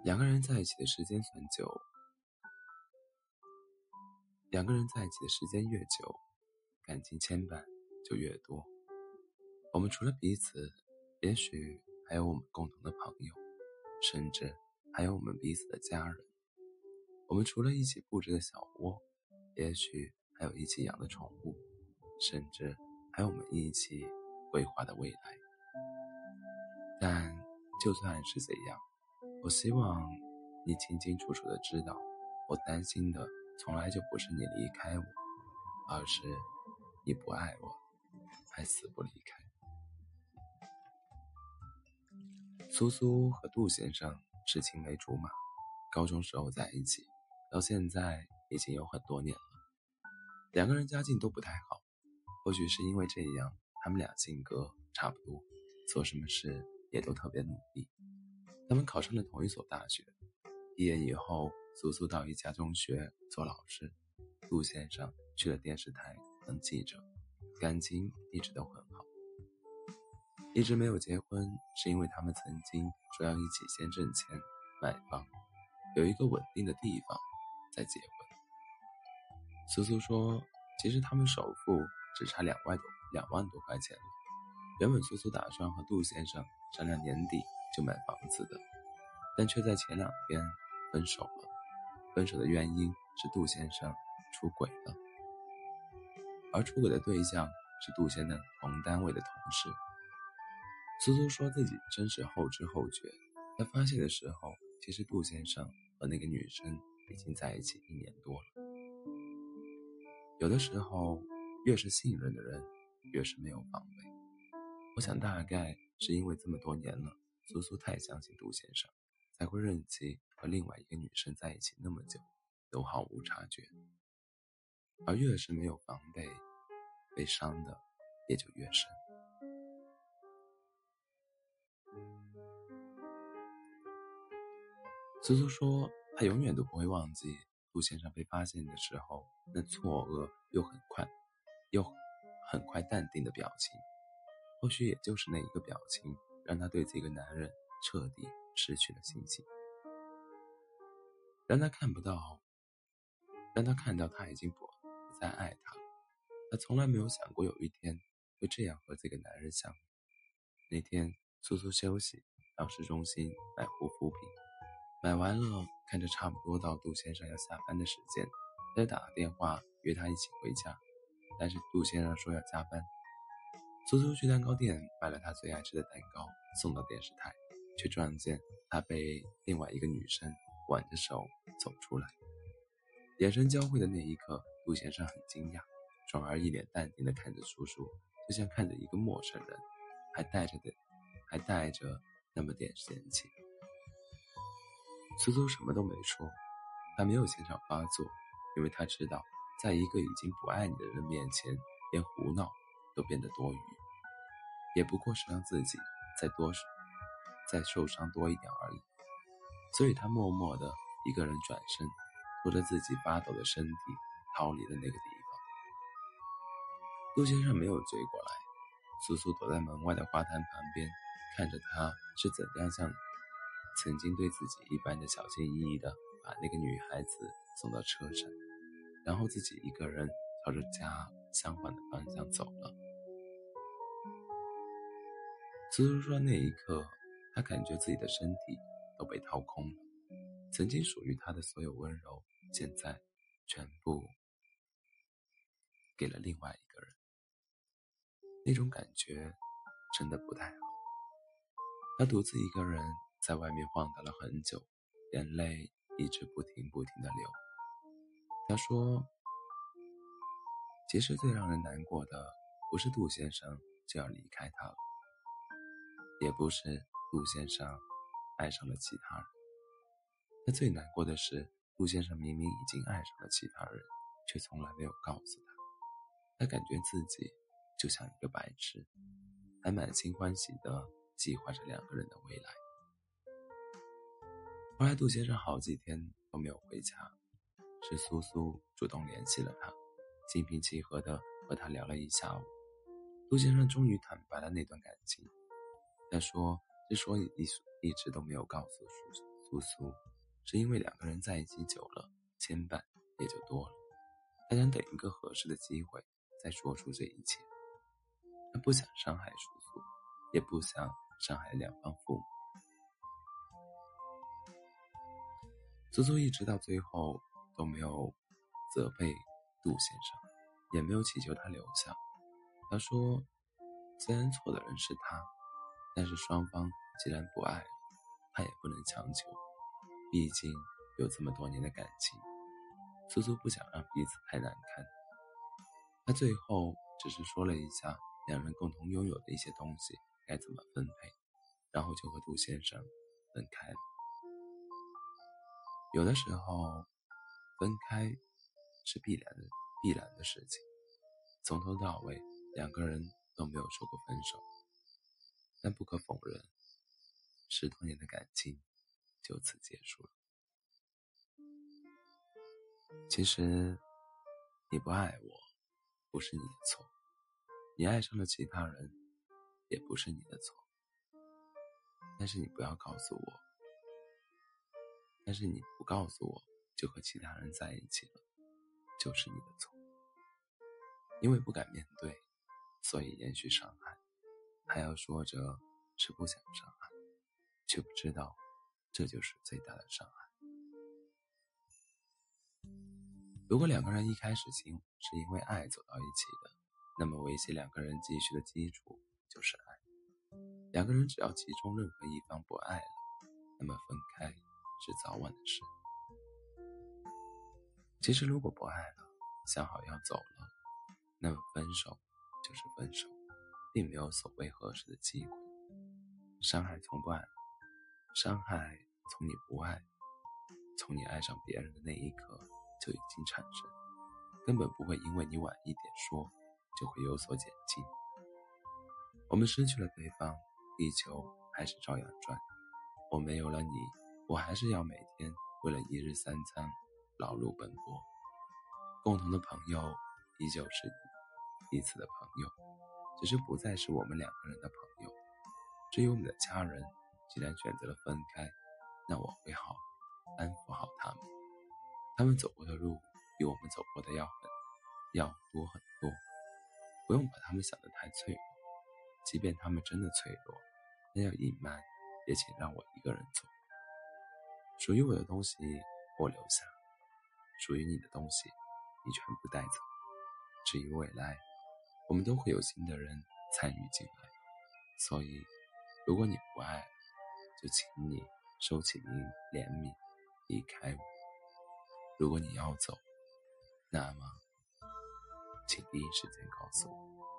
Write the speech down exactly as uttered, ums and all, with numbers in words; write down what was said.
两个人在一起的时间算久，两个人在一起的时间越久，感情牵绊就越多。我们除了彼此，也许还有我们共同的朋友，甚至还有我们彼此的家人。我们除了一起布置的小窝，也许还有一起养的宠物，甚至还有我们一起规划的未来。但就算是这样，我希望你清清楚楚地知道，我担心的从来就不是你离开我，而是你不爱我，还死不离开。苏苏和杜先生是青梅竹马，高中时候在一起，到现在已经有很多年了。两个人家境都不太好，或许是因为这样，他们俩性格差不多，做什么事也都特别努力。他们考上了同一所大学，毕业以后，苏苏到一家中学做老师，杜先生去了电视台当记者，感情一直都很好。一直没有结婚，是因为他们曾经说要一起先挣钱买房，有一个稳定的地方再结婚。苏苏说，其实他们首付只差两万多两万多块钱了。原本苏苏打算和杜先生商量年底就买房子的，但却在前两天分手了。分手的原因是杜先生出轨了，而出轨的对象是杜先生同单位的同事。苏苏说自己真是后知后觉，他发现的时候，其实杜先生和那个女生已经在一起一年多了。有的时候，越是信任的人，越是没有防备。我想大概是因为这么多年了，苏苏太相信杜先生，才会任其和另外一个女生在一起那么久，都毫无察觉。而越是没有防备，被伤的也就越深。苏苏说，他永远都不会忘记杜先生被发现的时候，那错愕又很快又很快淡定的表情。或许也就是那一个表情，让他对这个男人彻底失去了信心，让他看不到让他看到他已经不不再爱他了。他从来没有想过有一天会这样和这个男人相遇。那天苏苏休息，到市中心买护肤品，买完了，看着差不多到杜先生要下班的时间，他就打个电话约他一起回家，但是杜先生说要加班。苏苏去蛋糕店买了他最爱吃的蛋糕，送到电视台，却撞见他被另外一个女生挽着手走出来。眼神交汇的那一刻，杜先生很惊讶，转而一脸淡定地看着苏苏，就像看着一个陌生人，还带着的还带着那么点嫌弃。苏苏什么都没说，他没有现场发作，因为他知道，在一个已经不爱你的人面前，连胡闹都变得多余，也不过是让自己再多再受伤多一点而已。所以他默默地一个人转身，拖着自己发抖的身体逃离了那个地方。杜先生没有追过来，苏苏躲在门外的花坛旁边，看着他是怎样像曾经对自己一般的小心翼翼地把那个女孩子送到车上，然后自己一个人朝着家相反的方向走了。苏苏说，那一刻他感觉自己的身体都被掏空了，曾经属于他的所有温柔，现在全部给了另外一个人。那种感觉真的不太好。他独自一个人在外面晃荡了很久，眼泪一直不停不停地流。他说，其实最让人难过的不是杜先生就要离开他了，也不是杜先生爱上了其他人。他最难过的是，杜先生明明已经爱上了其他人，却从来没有告诉他。他感觉自己就像一个白痴，还满心欢喜地计划着两个人的未来。后来杜先生好几天都没有回家，是苏苏主动联系了他，心平气和地和他聊了一下午。杜先生终于坦白了那段感情。他说，之所以一直都没有告诉苏苏苏，是因为两个人在一起久了，牵绊也就多了。他想等一个合适的机会再说出这一切。他不想伤害苏苏，也不想伤害两方父母。苏苏一直到最后都没有责备杜先生，也没有祈求他留下。他说，虽然错的人是他，但是双方既然不爱了，他也不能强求，毕竟有这么多年的感情。苏苏不想让彼此太难看。他最后只是说了一下两人共同拥有的一些东西该怎么分配，然后就和杜先生分开了。有的时候分开是必然的必然的事情，从头到尾两个人都没有说过分手，但不可否认，十多年的感情就此结束了。其实你不爱我不是你的错，你爱上了其他人也不是你的错，但是你不要告诉我，但是你不告诉我就和其他人在一起了，就是你的错。因为不敢面对，所以延续伤害，还要说着是不想伤害，却不知道这就是最大的伤害。如果两个人一开始是因为爱走到一起的，那么维系两个人继续的基础就是爱。两个人只要其中任何一方不爱了，那么分开是早晚的事。其实如果不爱了，想好要走了，那么分手就是分手，并没有所谓合适的机会。伤害从不爱，伤害从你不爱，从你爱上别人的那一刻就已经产生，根本不会因为你晚一点说就会有所减轻。我们失去了对方，地球还是照样转。我没有了你，我还是要每天为了一日三餐劳碌奔波。共同的朋友依旧是彼此的朋友，只是不再是我们两个人的朋友。至于我们的家人，既然选择了分开，那我会好安抚好他们。他们走过的路比我们走过的要很要多很多，不用把他们想得太脆弱。即便他们真的脆弱，那要隐瞒也请让我一个人做。属于我的东西我留下，属于你的东西你全部带走。至于未来，我们都会有新的人参与进来，所以如果你不爱了，就请你收起怜悯，离开我。如果你要走，那么请第一时间告诉我。